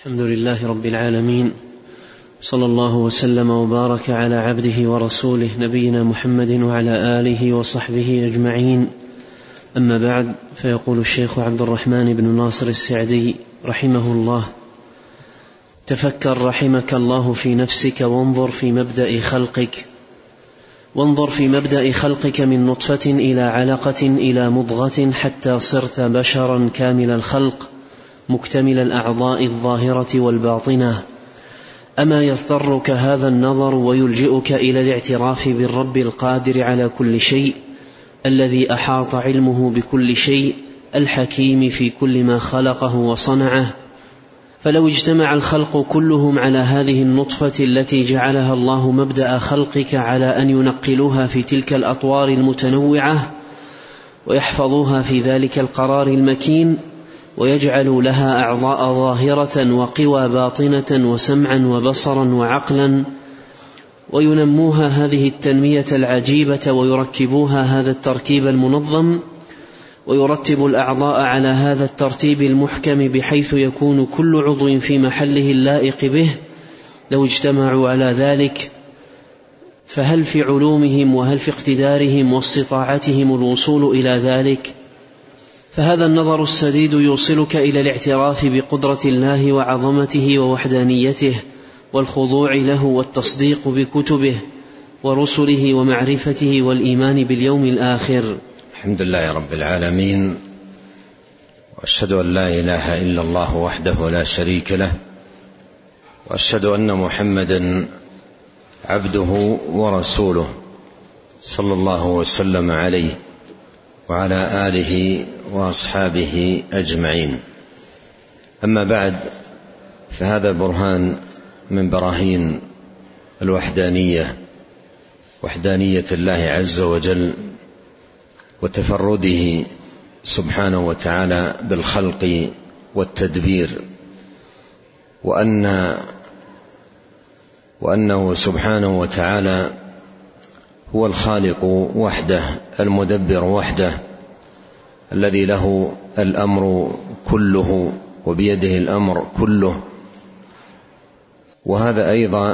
الحمد لله رب العالمين، صلى الله وسلم وبارك على عبده ورسوله نبينا محمد وعلى آله وصحبه أجمعين. أما بعد، فيقول الشيخ عبد الرحمن بن ناصر السعدي رحمه الله: تفكر رحمك الله في نفسك وانظر في مبدأ خلقك من نطفة إلى علقة إلى مضغة حتى صرت بشرا كامل الخلق مكتمل الأعضاء الظاهرة والباطنة. أما يضطرك هذا النظر ويلجئك إلى الاعتراف بالرب القادر على كل شيء الذي أحاط علمه بكل شيء الحكيم في كل ما خلقه وصنعه؟ فلو اجتمع الخلق كلهم على هذه النطفة التي جعلها الله مبدأ خلقك على أن ينقلوها في تلك الأطوار المتنوعة ويحفظوها في ذلك القرار المكين ويجعلوا لها أعضاء ظاهرة وقوى باطنة وسمعا وبصرا وعقلا وينموها هذه التنمية العجيبة ويركبوها هذا التركيب المنظم ويرتب الأعضاء على هذا الترتيب المحكم بحيث يكون كل عضو في محله اللائق به، لو اجتمعوا على ذلك فهل في علومهم وهل في اقتدارهم واستطاعتهم الوصول إلى ذلك؟ فهذا النظر السديد يوصلك إلى الاعتراف بقدرة الله وعظمته ووحدانيته والخضوع له والتصديق بكتبه ورسله ومعرفته والإيمان باليوم الآخر. الحمد لله رب العالمين، وأشهد أن لا إله إلا الله وحده لا شريك له، وأشهد أن محمدا عبده ورسوله صلى الله وسلم عليه وعلى آله وأصحابه أجمعين. أما بعد، فهذا برهان من براهين الوحدانية، وحدانية الله عز وجل وتفرده سبحانه وتعالى بالخلق والتدبير، وأنه سبحانه وتعالى هو الخالق وحده المدبر وحده الذي له الأمر كله وبيده الأمر كله. وهذا أيضا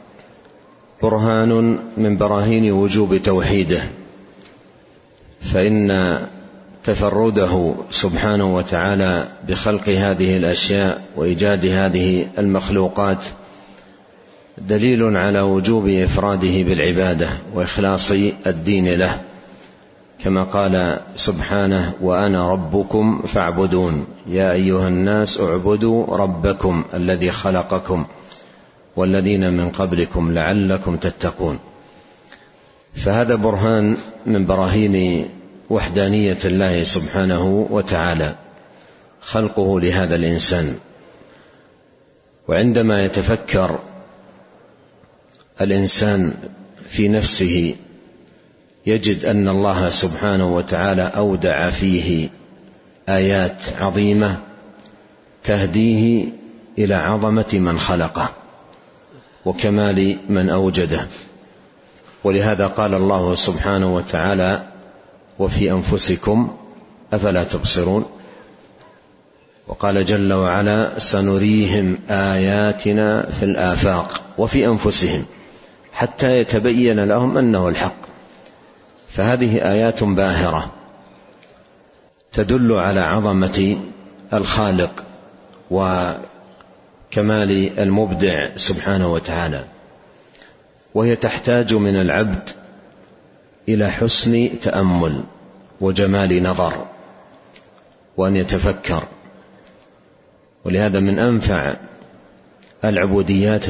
برهان من براهين وجوب توحيده، فإن تفرده سبحانه وتعالى بخلق هذه الأشياء وإيجاد هذه المخلوقات دليل على وجوب إفراده بالعبادة وإخلاص الدين له، كما قال سبحانه: وأنا ربكم فاعبدون يا أيها الناس اعبدوا ربكم الذي خلقكم والذين من قبلكم لعلكم تتقون. فهذا برهان من براهين وحدانية الله سبحانه وتعالى، خلقه لهذا الإنسان. وعندما يتفكر الإنسان في نفسه يجد أن الله سبحانه وتعالى أودع فيه آيات عظيمة تهديه إلى عظمة من خلقه وكمال من أوجده. ولهذا قال الله سبحانه وتعالى: وفي أنفسكم أفلا تبصرون. وقال جل وعلا: سنريهم آياتنا في الآفاق وفي أنفسهم حتى يتبين لهم أنه الحق. فهذه آيات باهرة تدل على عظمة الخالق وكمال المبدع سبحانه وتعالى، وهي تحتاج من العبد إلى حسن تأمل وجمال نظر وأن يتفكر. ولهذا من أنفع العبوديات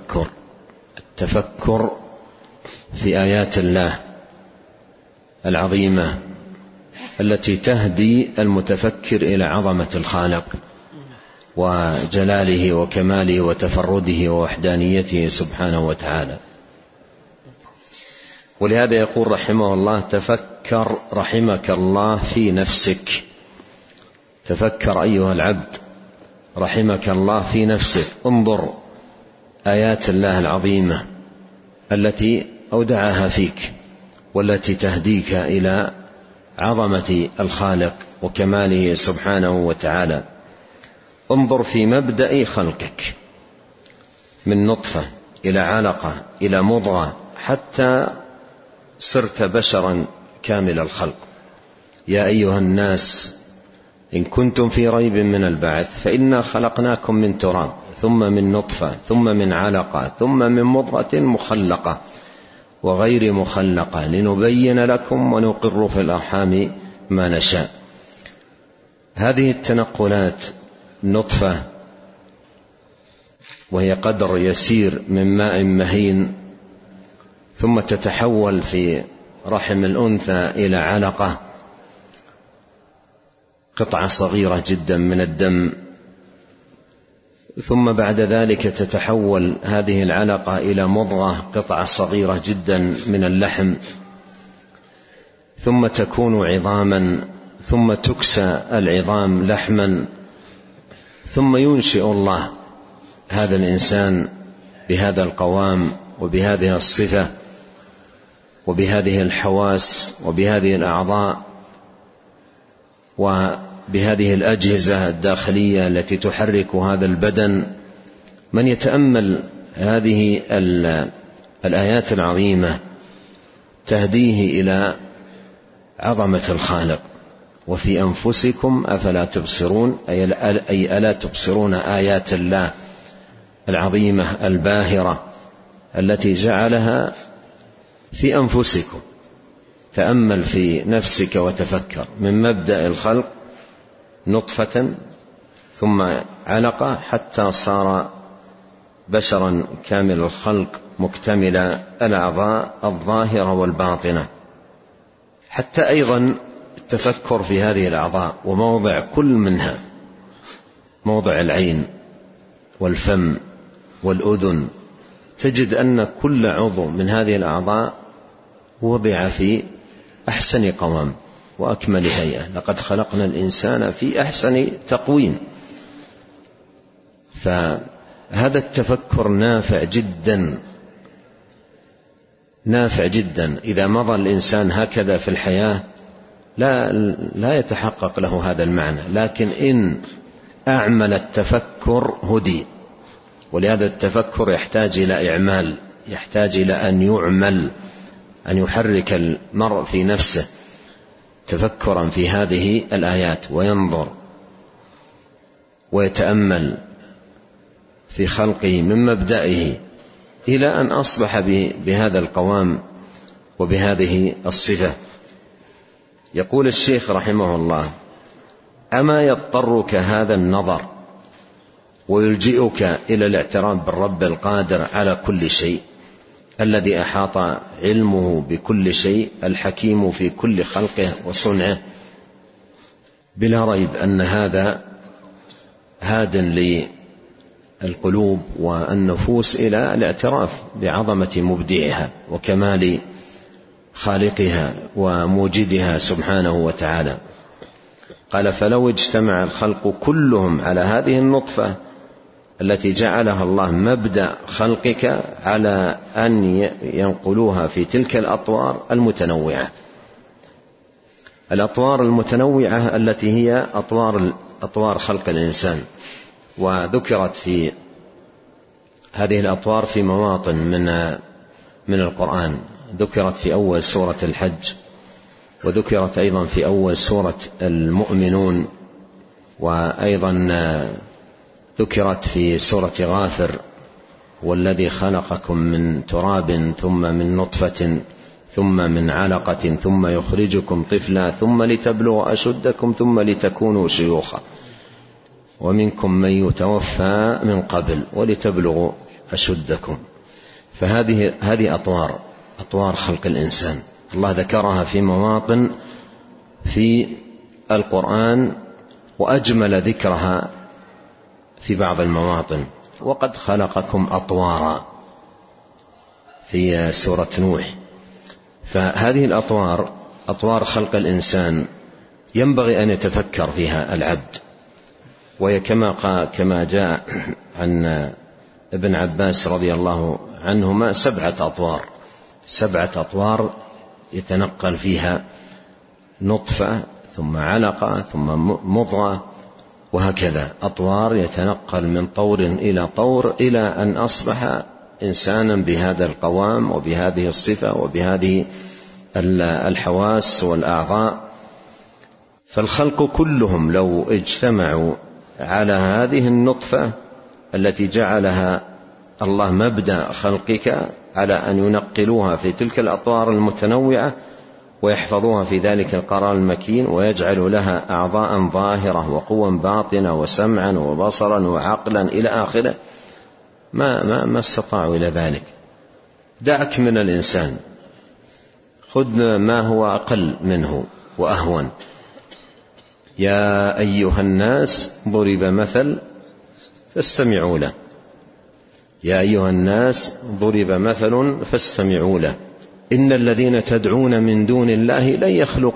التفكر في آيات الله العظيمة التي تهدي المتفكر إلى عظمة الخالق وجلاله وكماله وتفرده ووحدانيته سبحانه وتعالى. ولهذا يقول رحمه الله: تفكر رحمك الله في نفسك. تفكر أيها العبد رحمك الله في نفسك، انظر آيات الله العظيمة التي أودعها فيك والتي تهديك إلى عظمة الخالق وكماله سبحانه وتعالى. انظر في مبدأ خلقك من نطفة إلى علقة إلى مضغة حتى صرت بشرا كامل الخلق. يا أيها الناس إن كنتم في ريب من البعث فإنا خلقناكم من تراب ثم من نطفة ثم من علقة ثم من مضغة مخلقة وغير مخلقة لنبين لكم ونقر في الأرحام ما نشاء. هذه التنقلات نطفة وهي قدر يسير من ماء مهين ثم تتحول في رحم الأنثى إلى علقة قطعة صغيرة جدا من الدم، ثم بعد ذلك تتحول هذه العلقة إلى مضغة قطعة صغيرة جدا من اللحم، ثم تكون عظاما، ثم تكسى العظام لحما، ثم ينشئ الله هذا الإنسان بهذا القوام وبهذه الصفة وبهذه الحواس وبهذه الأعضاء وبهذه الأجهزة الداخلية التي تحرك هذا البدن. من يتأمل هذه الآيات العظيمة تهديه إلى عظمة الخالق. وفي أنفسكم أفلا تبصرون، أي ألا تبصرون آيات الله العظيمة الباهرة التي جعلها في أنفسكم. تأمل في نفسك وتفكر من مبدأ الخلق نطفة ثم علقة حتى صار بشرا كامل الخلق مكتمل الأعضاء الظاهرة والباطنة. حتى أيضا التفكر في هذه الأعضاء وموضع كل منها، موضع العين والفم والأذن، تجد أن كل عضو من هذه الأعضاء وضع في أحسن قوام وأكمل هيئة. لقد خلقنا الإنسان في أحسن تقويم. فهذا التفكر نافع جدا، نافع جدا. إذا مضى الإنسان هكذا في الحياة لا يتحقق له هذا المعنى، لكن إن أعمل التفكر هدي. ولهذا التفكر يحتاج إلى إعمال، يحتاج إلى أن يعمل، أن يحرك المرء في نفسه تفكرا في هذه الآيات وينظر ويتأمل في خلقه من مبدئه إلى أن أصبح بهذا القوام وبهذه الصفة. يقول الشيخ رحمه الله: أما يضطرك هذا النظر ويلجئك إلى الاعتراف بالرب القادر على كل شيء الذي أحاط علمه بكل شيء الحكيم في كل خلقه وصنعه؟ بلا ريب أن هذا هاد للقلوب والنفوس إلى الاعتراف بعظمة مبدعها وكمال خالقها وموجدها سبحانه وتعالى. قال: فلو اجتمع الخلق كلهم على هذه النطفة التي جعلها الله مبدأ خلقك على أن ينقلوها في تلك الأطوار المتنوعة، الأطوار المتنوعة التي هي أطوار خلق الإنسان. وذكرت في هذه الأطوار في مواطن من القرآن، ذكرت في أول سورة الحج، وذكرت أيضا في أول سورة المؤمنون، وأيضا ذكرت في سورة غافر: والذي خلقكم من تراب ثم من نطفة ثم من علقة ثم يخرجكم طفلا ثم لتبلغوا أشدكم ثم لتكونوا شيوخا ومنكم من يتوفى من قبل ولتبلغوا أشدكم. فهذه أطوار خلق الإنسان الله ذكرها في مواطن في القرآن، وأجمل ذكرها في بعض المواطن: وقد خلقكم أطوارا في سورة نوح. فهذه الأطوار أطوار خلق الإنسان ينبغي أن يتفكر فيها العبد. وهي كما جاء عن ابن عباس رضي الله عنهما 7 أطوار، 7 أطوار يتنقل فيها نطفة ثم علقة ثم مضغة وهكذا أطوار، يتنقل من طور إلى طور إلى أن أصبح إنسانا بهذا القوام وبهذه الصفة وبهذه الحواس والأعضاء. فالخلق كلهم لو اجتمعوا على هذه النطفة التي جعلها الله مبدأ خلقك، على أن ينقلوها في تلك الأطوار المتنوعة ويحفظوها في ذلك القرار المكين، ويجعل لها أعضاء ظاهرة وقوة باطنة وسمعا وبصرا وعقلا إلى آخره، ما استطاعوا إلى ذلك. دعك من الإنسان، خذ ما هو أقل منه وأهون. يا أيها الناس ضرب مثل فاستمعوا له، يا أيها الناس ضرب مثل فاستمعوا له، إن الذين تدعون من دون الله لن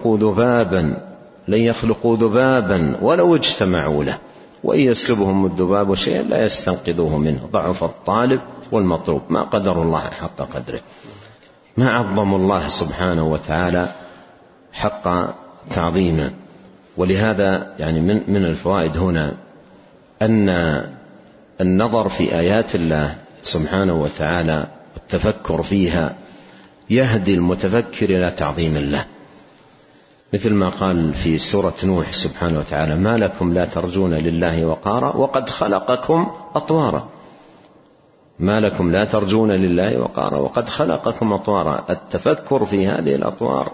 يخلقوا ذبابا ولو اجتمعوا له، وإن يسلبهم الذباب شيئا لا يستنقذوه منه، ضعف الطالب والمطلوب. ما قدر الله حق قدره، ما عظم الله سبحانه وتعالى حق تعظيمه. ولهذا يعني من الفوائد هنا أن النظر في آيات الله سبحانه وتعالى والتفكر فيها يهدي المتفكر إلى تعظيم الله، مثل ما قال في سورة نوح سبحانه وتعالى: ما لكم لا ترجون لله وقارا وقد خلقكم أطوارا. ما لكم لا ترجون لله وقارا وقد خلقكم أطوارا. التفكر في هذه الأطوار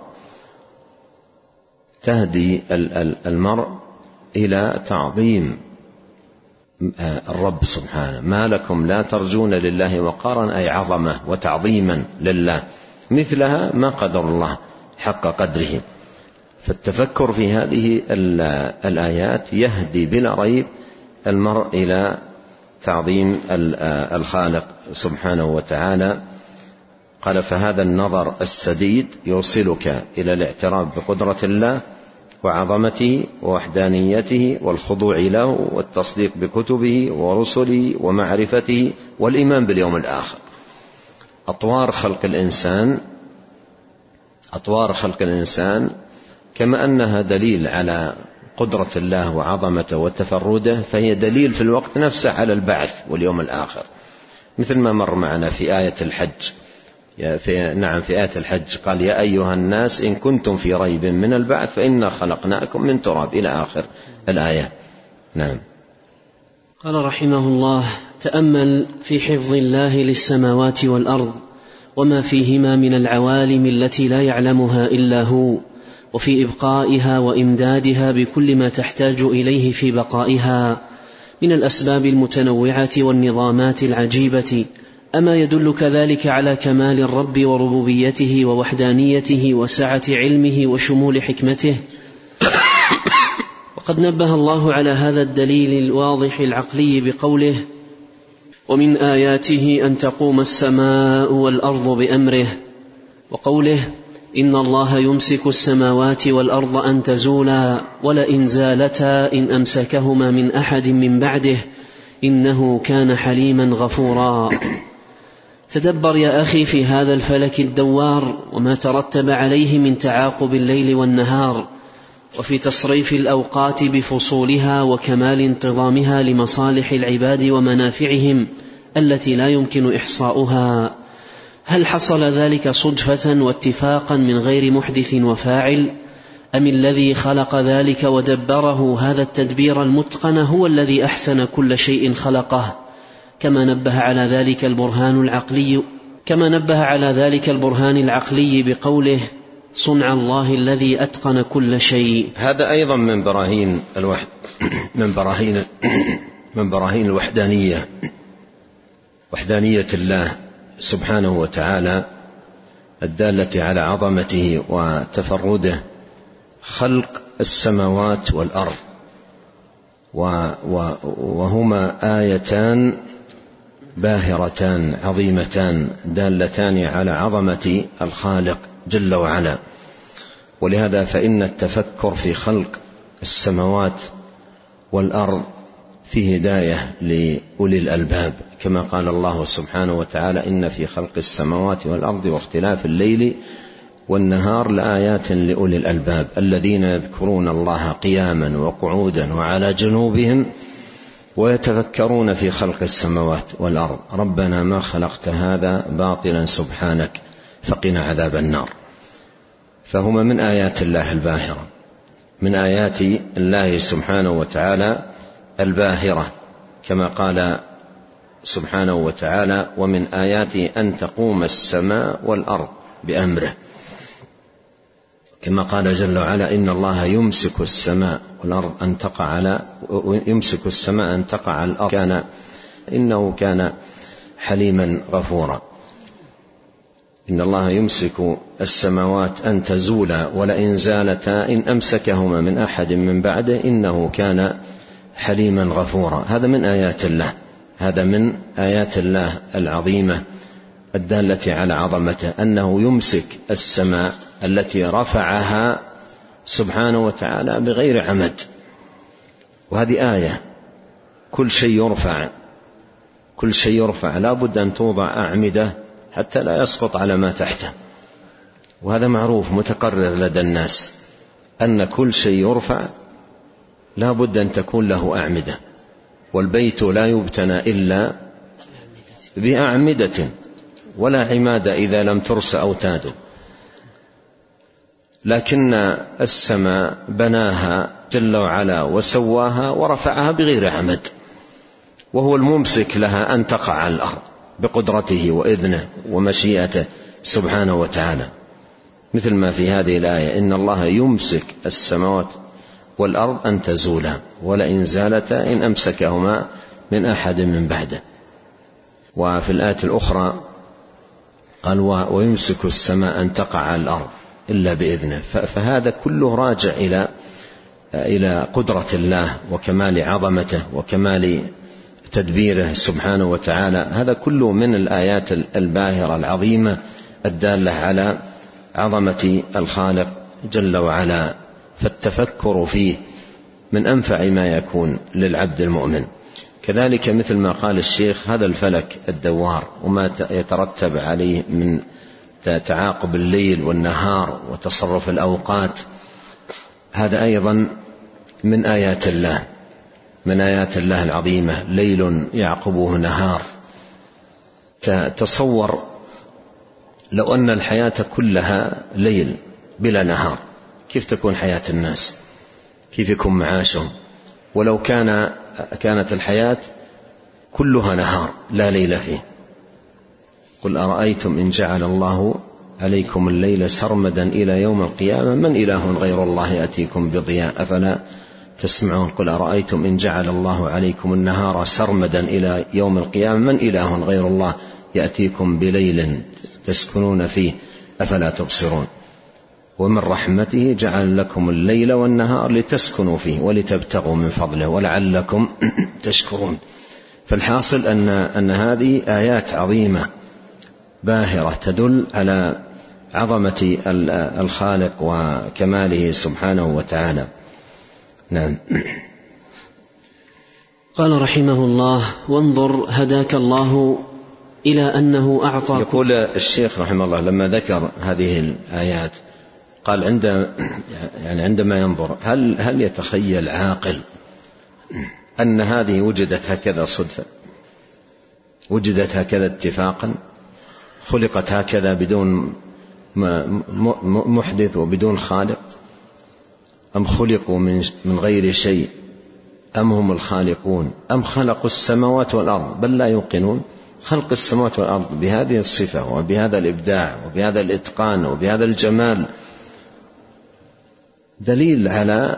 تهدي المرء إلى تعظيم الرب سبحانه. ما لكم لا ترجون لله وقارا، أي عظمة وتعظيما لله، مثلها ما قدر الله حق قدره. فالتفكر في هذه الآيات يهدي بلا ريب المرء إلى تعظيم الخالق سبحانه وتعالى. قال: فهذا النظر السديد يوصلك إلى الاعتراف بقدرة الله وعظمته ووحدانيته والخضوع له والتصديق بكتبه ورسله ومعرفته والإيمان باليوم الآخر. أطوار خلق الإنسان كما أنها دليل على قدرة الله وعظمته وتفرده، فهي دليل في الوقت نفسه على البعث واليوم الآخر، مثل ما مر معنا في آية الحج. في آية الحج قال: يا أيها الناس إن كنتم في ريب من البعث فإنا خلقناكم من تراب، إلى آخر الآية. نعم. قال رحمه الله: تأمل في حفظ الله للسماوات والأرض وما فيهما من العوالم التي لا يعلمها إلا هو، وفي إبقائها وإمدادها بكل ما تحتاج إليه في بقائها من الأسباب المتنوعة والنظامات العجيبة. أما يدلك ذلك على كمال الرب وربوبيته ووحدانيته وسعة علمه وشمول حكمته؟ وقد نبه الله على هذا الدليل الواضح العقلي بقوله: ومن آياته أن تقوم السماء والأرض بأمره، وقوله: إن الله يمسك السماوات والأرض أن تزولا ولئن زالتا إن أمسكهما من أحد من بعده إنه كان حليما غفورا. تدبر يا أخي في هذا الفلك الدوار وما ترتب عليه من تعاقب الليل والنهار، وفي تصريف الأوقات بفصولها وكمال انتظامها لمصالح العباد ومنافعهم التي لا يمكن إحصاؤها. هل حصل ذلك صدفة واتفاقا من غير محدث وفاعل، أم الذي خلق ذلك ودبره هذا التدبير المتقن هو الذي أحسن كل شيء خلقه، كما نبه على ذلك البرهان العقلي بقوله: صنع الله الذي أتقن كل شيء. هذا أيضا من براهين الوحدانية، وحدانية الله سبحانه وتعالى الدالة على عظمته وتفرده، خلق السماوات والأرض، وهما آيتان باهرتان عظيمتان دالتان على عظمة الخالق جل وعلا. ولهذا فإن التفكر في خلق السماوات والأرض في هداية لأولي الألباب، كما قال الله سبحانه وتعالى: إن في خلق السماوات والأرض واختلاف الليل والنهار لآيات لأولي الألباب الذين يذكرون الله قياما وقعودا وعلى جنوبهم ويتفكرون في خلق السماوات والأرض ربنا ما خلقت هذا باطلا سبحانك فقنا عذاب النار. فهما من آيات الله الباهرة، من آيات الله سبحانه وتعالى الباهرة، كما قال سبحانه وتعالى ومن آياته أن تقوم السماء والأرض بأمره، كما قال جل وعلا إن الله يمسك السماء والأرض أن تقع على الأرض إنه كان حليما غفورا. إن الله يمسك السماوات أن تزولا ولئن زالتا إن أمسكهما من أحد من بعده إنه كان حليما غفورا. هذا من آيات الله، هذا من آيات الله العظيمة الدالة على عظمته، أنه يمسك السماء التي رفعها سبحانه وتعالى بغير عمد. وهذه آية، كل شيء يرفع لا بد أن توضع أعمدة حتى لا يسقط على ما تحته، وهذا معروف متقرر لدى الناس أن كل شيء يرفع لا بد أن تكون له أعمدة، والبيت لا يبتنى إلا بأعمدة ولا عماد إذا لم ترس أوتاده. لكن السماء بناها جل وعلا وسواها ورفعها بغير عمد، وهو الممسك لها أن تقع على الأرض بقدرته وإذنه ومشيئته سبحانه وتعالى، مثل ما في هذه الآية إن الله يمسك السماوات والأرض أن تزولا ولئن زالتا إن أمسكهما من أحد من بعده. وفي الآية الأخرى قال ويمسك السماء أن تقع على الأرض إلا بإذنه. فهذا كله راجع إلى قدرة الله وكمال عظمته وكمال تدبيره سبحانه وتعالى. هذا كله من الآيات الباهرة العظيمة الدالة على عظمة الخالق جل وعلا، فالتفكر فيه من أنفع ما يكون للعبد المؤمن. كذلك مثل ما قال الشيخ هذا الفلك الدوار وما يترتب عليه من تعاقب الليل والنهار وتصرف الأوقات، هذا أيضا من آيات الله، من آيات الله العظيمة. ليل يعقبه نهار. تصور لو أن الحياة كلها ليل بلا نهار، كيف تكون حياة الناس؟ كيف يكون معاشهم؟ ولو كانت الحياة كلها نهار لا ليل فيه. قل أرأيتم إن جعل الله عليكم الليل سرمدا إلى يوم القيامة من إله غير الله يأتيكم بضياء أفلا تسمعون. قل أرأيتم إن جعل الله عليكم النهار سرمدا إلى يوم القيامة من إله غير الله يأتيكم بليل تسكنون فيه أفلا تبصرون. ومن رحمته جعل لكم الليل والنهار لتسكنوا فيه ولتبتغوا من فضله ولعلكم تشكرون. فالحاصل أن هذه آيات عظيمة باهرة تدل على عظمة الخالق وكماله سبحانه وتعالى. نعم. قال رحمه الله عندر هداك الله إلى أنه أعطى. يقول الشيخ رحمه الله لما ذكر هذه الآيات قال عندما ينظر هل يتخيل عاقل أن هذه وجدت هكذا صدفة، وجدت هكذا اتفاقا، خلقت هكذا بدون محدث وبدون خالق، أم خلقوا من غير شيء، أم هم الخالقون، أم خلقوا السماوات والأرض؟ بل لا يوقنون. خلق السماوات والأرض بهذه الصفة وبهذا الإبداع وبهذا الإتقان وبهذا الجمال دليل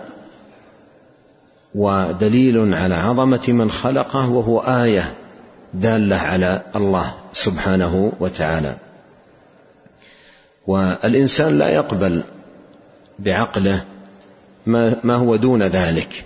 على عظمة من خلقه، وهو آية دالة على الله سبحانه وتعالى. والإنسان لا يقبل بعقله ما هو دون ذلك.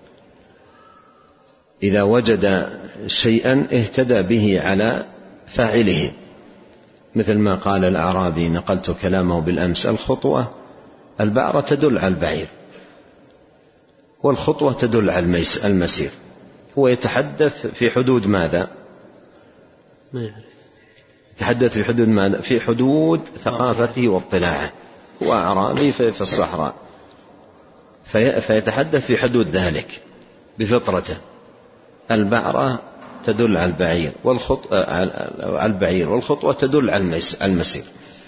إذا وجد شيئا اهتدى به على فاعله، مثل ما قال الأعرابي نقلت كلامه بالأمس: الخطوة البعرة تدل على البعير، والخطوة تدل على المسير. هو يتحدث في حدود ماذا؟ ما يعرف. يتحدث في حدود ماذا؟ في حدود ثقافته واطلاعه. هو أعرابي في الصحراء فيتحدث في حدود ذلك بفطرته. البعرة تدل على البعير والخطوة تدل على المسير.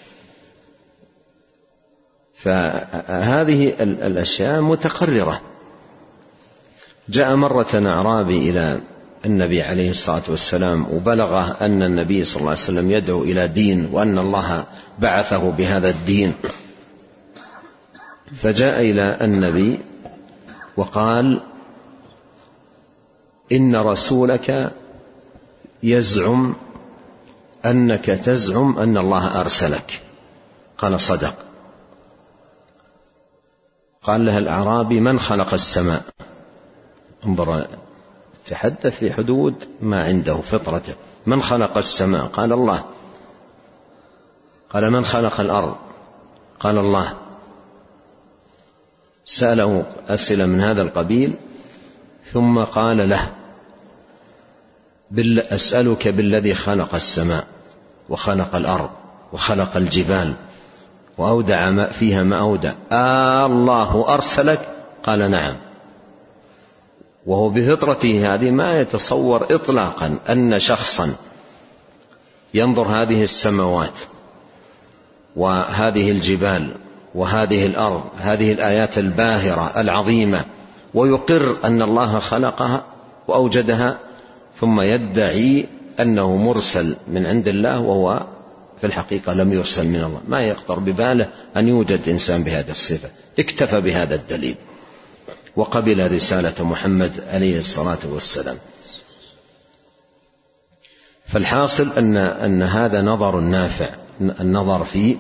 فهذه الأشياء متقررة. جاء مرة أعرابي إلى النبي عليه الصلاة والسلام وبلغه أن النبي صلى الله عليه وسلم يدعو إلى دين وأن الله بعثه بهذا الدين، فجاء إلى النبي وقال: إن رسولك يزعم أنك تزعم أن الله أرسلك. قال: صدق. قال له الأعرابي: من خلق السماء؟ انظر، تحدث في حدود ما عنده فطرته. من خلق السماء؟ قال: الله. قال: من خلق الأرض؟ قال: الله. سأله أسئلة من هذا القبيل ثم قال له: أسألك بالذي خلق السماء وخلق الأرض وخلق الجبال وأودع فيها ما أودع، الله أرسلك؟ قال: نعم. وهو بفطرته هذه ما يتصور إطلاقا أن شخصا ينظر هذه السماوات وهذه الجبال وهذه الأرض، هذه الآيات الباهرة العظيمة، ويقر أن الله خلقها وأوجدها، ثم يدعي أنه مرسل من عند الله وهو في الحقيقة لم يرسل من الله. ما يخطر بباله أن يوجد إنسان بهذا الصفة. اكتفى بهذا الدليل وقبل رسالة محمد عليه الصلاة والسلام. فالحاصل أن هذا نظر نافع، النظر في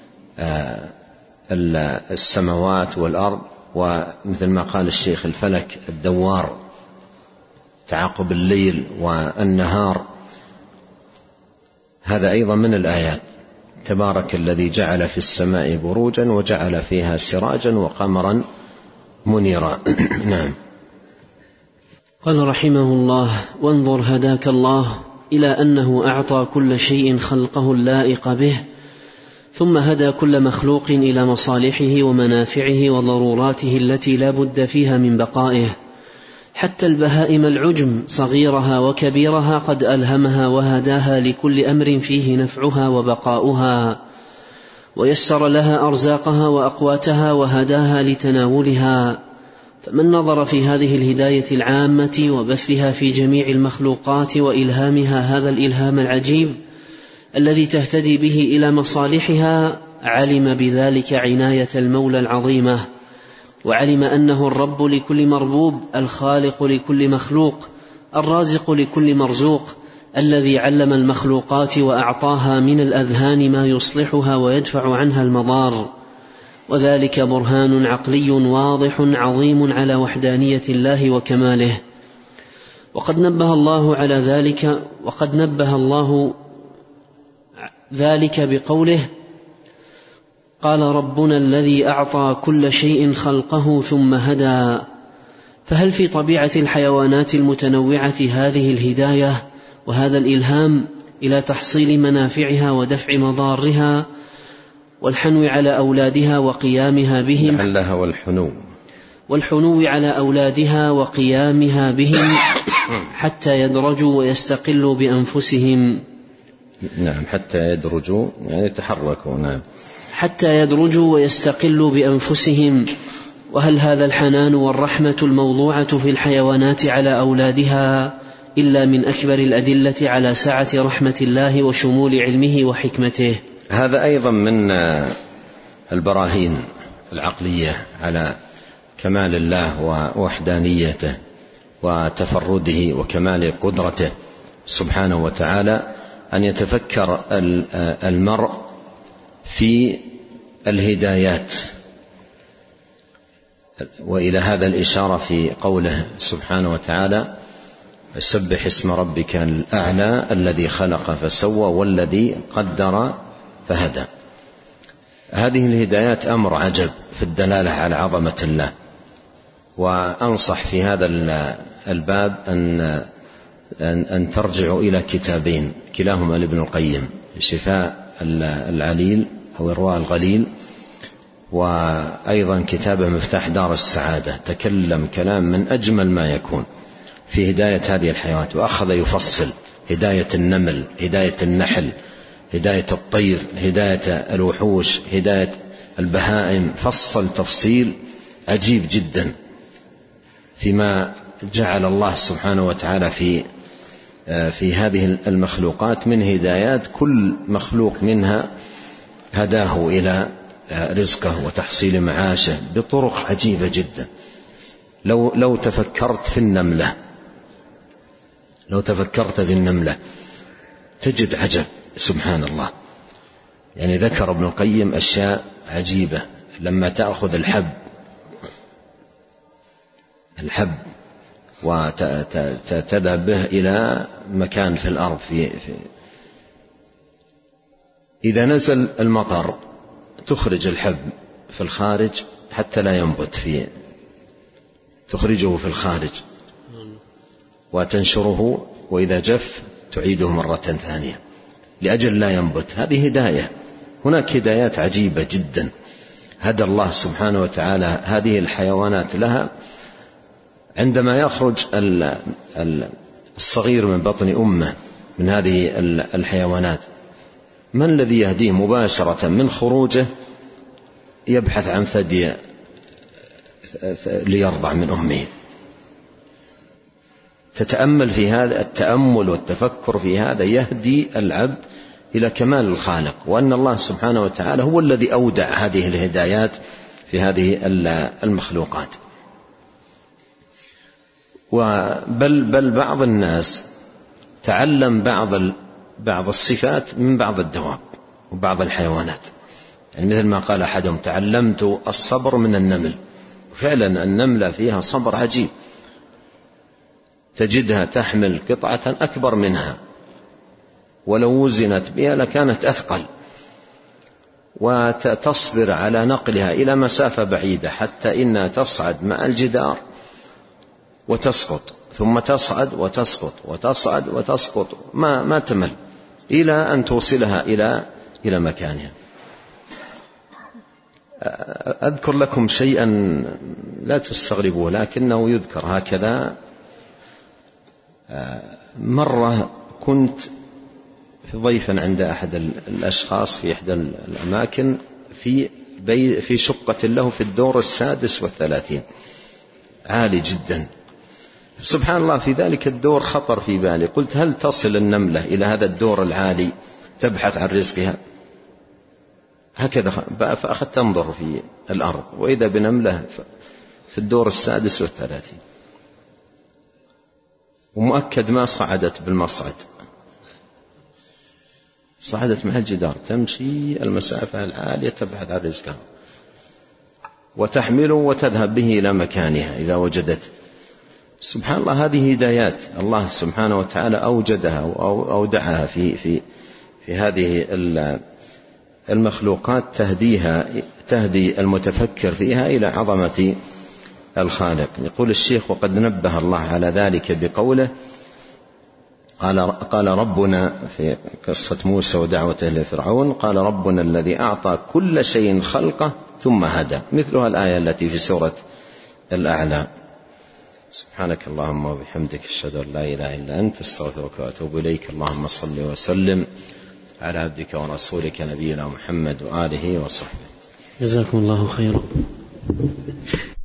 السماوات والأرض، ومثل ما قال الشيخ الفلك الدوار، تعاقب الليل والنهار، هذا أيضا من الآيات. تبارك الذي جعل في السماء بروجا وجعل فيها سراجا وقمرا منيرا. نعم. قال رحمه الله: وانظر هداك الله إلى أنه أعطى كل شيء خلقه اللائق به، ثم هدى كل مخلوق إلى مصالحه ومنافعه وضروراته التي لا بد فيها من بقائه، حتى البهائم العجم صغيرها وكبيرها قد ألهمها وهداها لكل أمر فيه نفعها وبقاؤها، ويسر لها أرزاقها وأقواتها وهداها لتناولها. فمن نظر في هذه الهداية العامة وبثها في جميع المخلوقات وإلهامها هذا الإلهام العجيب الذي تهتدي به إلى مصالحها، علم بذلك عناية المولى العظيمة، وعلم أنه الرب لكل مربوب، الخالق لكل مخلوق، الرازق لكل مرزوق، الذي علم المخلوقات وأعطاها من الأذهان ما يصلحها ويدفع عنها المضار. وذلك برهان عقلي واضح عظيم على وحدانية الله وكماله. وقد نبه الله على ذلك، وقد نبه الله ذلك بقوله: قال ربنا الذي أعطى كل شيء خلقه ثم هدى. فهل في طبيعة الحيوانات المتنوعة هذه الهداية وهذا الإلهام إلى تحصيل منافعها ودفع مضارها والحنو على أولادها وقيامها بهم، والحنو على أولادها وقيامها بهم حتى يدرجوا ويستقلوا بأنفسهم؟ نعم، حتى يدرجوا يعني يتحركوا. نعم، حتى يدرجوا ويستقلوا بأنفسهم. وهل هذا الحنان والرحمة الموضوعة في الحيوانات على أولادها إلا من أكبر الأدلة على سعة رحمة الله وشمول علمه وحكمته؟ هذا أيضا من البراهين العقلية على كمال الله ووحدانيته وتفرده وكمال قدرته سبحانه وتعالى، أن يتفكر المرء في الهدايات. وإلى هذا الإشارة في قوله سبحانه وتعالى: سبح اسم ربك الأعلى الذي خلق فسوى والذي قدر فهدى. هذه الهدايات أمر عجب في الدلالة على عظمة الله. وأنصح في هذا الباب أن ترجعوا إلى كتابين، كلاهما لابن القيم، شفاء العليل أو إرواء الغليل، وأيضا كتابه مفتاح دار السعادة، تكلم كلام من أجمل ما يكون في هداية هذه الحيوانات، وأخذ يفصل هداية النمل، هداية النحل، هداية الطير، هداية الوحوش، هداية البهائم، فصل تفصيل عجيب جدا فيما جعل الله سبحانه وتعالى في هذه المخلوقات من هدايات. كل مخلوق منها هداه إلى رزقه وتحصيل معاشه بطرق عجيبة جدا. لو تفكرت في النملة تجد عجب، سبحان الله. يعني ذكر ابن القيم أشياء عجيبة. لما تأخذ الحب وتذهب به إلى مكان في الأرض، إذا نزل المطر تخرج الحب في الخارج حتى لا ينبت تخرجه في الخارج وتنشره، وإذا جف تعيده مرة ثانية لأجل لا ينبت. هذه هداية. هناك هدايات عجيبة جدا هدى الله سبحانه وتعالى هذه الحيوانات لها. عندما يخرج الصغير من بطن أمه من هذه الحيوانات، من الذي يهديه مباشرة من خروجه؟ يبحث عن ثدي ليرضع من أمه. تتأمل في هذا، التأمل والتفكر في هذا يهدي العبد إلى كمال الخالق، وأن الله سبحانه وتعالى هو الذي أودع هذه الهدايات في هذه المخلوقات. بل بعض الناس تعلم بعض الصفات من بعض الدواب وبعض الحيوانات. يعني مثل ما قال أحدهم: تعلمت الصبر من النمل. فعلا النملة فيها صبر عجيب، تجدها تحمل قطعة أكبر منها ولو وزنت بها لكانت أثقل، وتصبر على نقلها إلى مسافة بعيدة، حتى إنها تصعد مع الجدار وتسقط، ثم تصعد وتسقط وتصعد وتسقط، ما تمل إلى أن توصلها إلى مكانها. أذكر لكم شيئا لا تستغربوا لكنه يذكر هكذا. مرة كنت ضيفا عند أحد الأشخاص في إحدى الأماكن في شقة له في الدور 36، عالي جدا. سبحان الله، في ذلك الدور خطر في بالي، قلت: هل تصل النملة إلى هذا الدور العالي تبحث عن رزقها؟ هكذا فأخذت أنظر في الأرض، وإذا بنملة في الدور 36، ومؤكد ما صعدت بالمصعد، صعدت مع الجدار، تمشي المسافة العالية تبحث عن رزقها وتحمله وتذهب به إلى مكانها إذا وجدته. سبحان الله، هذه هدايات الله سبحانه وتعالى أوجدها وأودعها في هذه المخلوقات، تهدي المتفكر فيها إلى عظمة الخالق. يقول الشيخ: وقد نبه الله على ذلك بقوله: قال ربنا في قصة موسى ودعوته لفرعون: قال ربنا الذي أعطى كل شيء خلقه ثم هدى، مثلها الآية التي في سورة الأعلى. سبحانك اللهم وبحمدك، أشهد أن لا إله إلا أنت، أستغفرك وأتوب إليك. اللهم صل وسلم على عبدك ورسولك نبينا محمد وآله وصحبه. جزاكم الله خيرا.